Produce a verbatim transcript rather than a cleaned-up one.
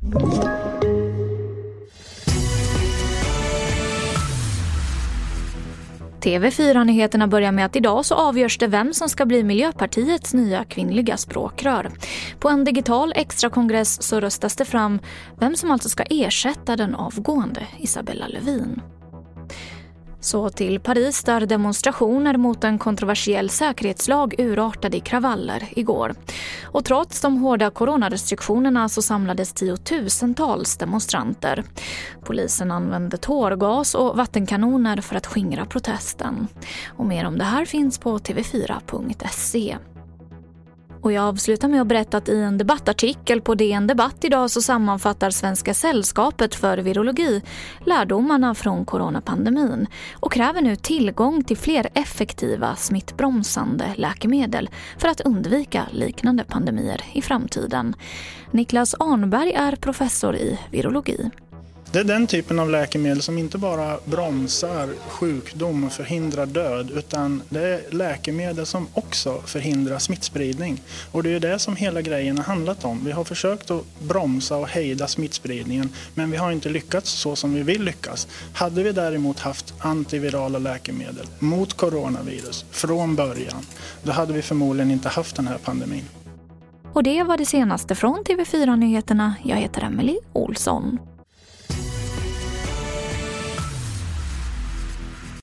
T V fyra-nyheterna börjar med att idag så avgörs det vem som ska bli Miljöpartiets nya kvinnliga språkrör. På en digital extrakongress så röstas det fram vem som alltså ska ersätta den avgående Isabella Lövin. Så till Paris där demonstrationer mot en kontroversiell säkerhetslag urartade i kravaller igår. Och trots de hårda coronarestriktionerna så samlades tiotusentals demonstranter. Polisen använde tårgas och vattenkanoner för att skingra protesten. Och mer om det här finns på t v fyra punkt se. Och jag avslutar med att berätta att i en debattartikel på D N Debatt idag så sammanfattar Svenska sällskapet för virologi lärdomarna från coronapandemin och kräver nu tillgång till fler effektiva smittbromsande läkemedel för att undvika liknande pandemier i framtiden. Niklas Arnberg är professor i virologi. Det är den typen av läkemedel som inte bara bromsar sjukdom och förhindrar död, utan det är läkemedel som också förhindrar smittspridning. Och det är det som hela grejen har handlat om. Vi har försökt att bromsa och hejda smittspridningen, men vi har inte lyckats så som vi vill lyckas. Hade vi däremot haft antivirala läkemedel mot coronavirus från början, då hade vi förmodligen inte haft den här pandemin. Och det var det senaste från T V fyra-nyheterna. Jag heter Emily Olsson.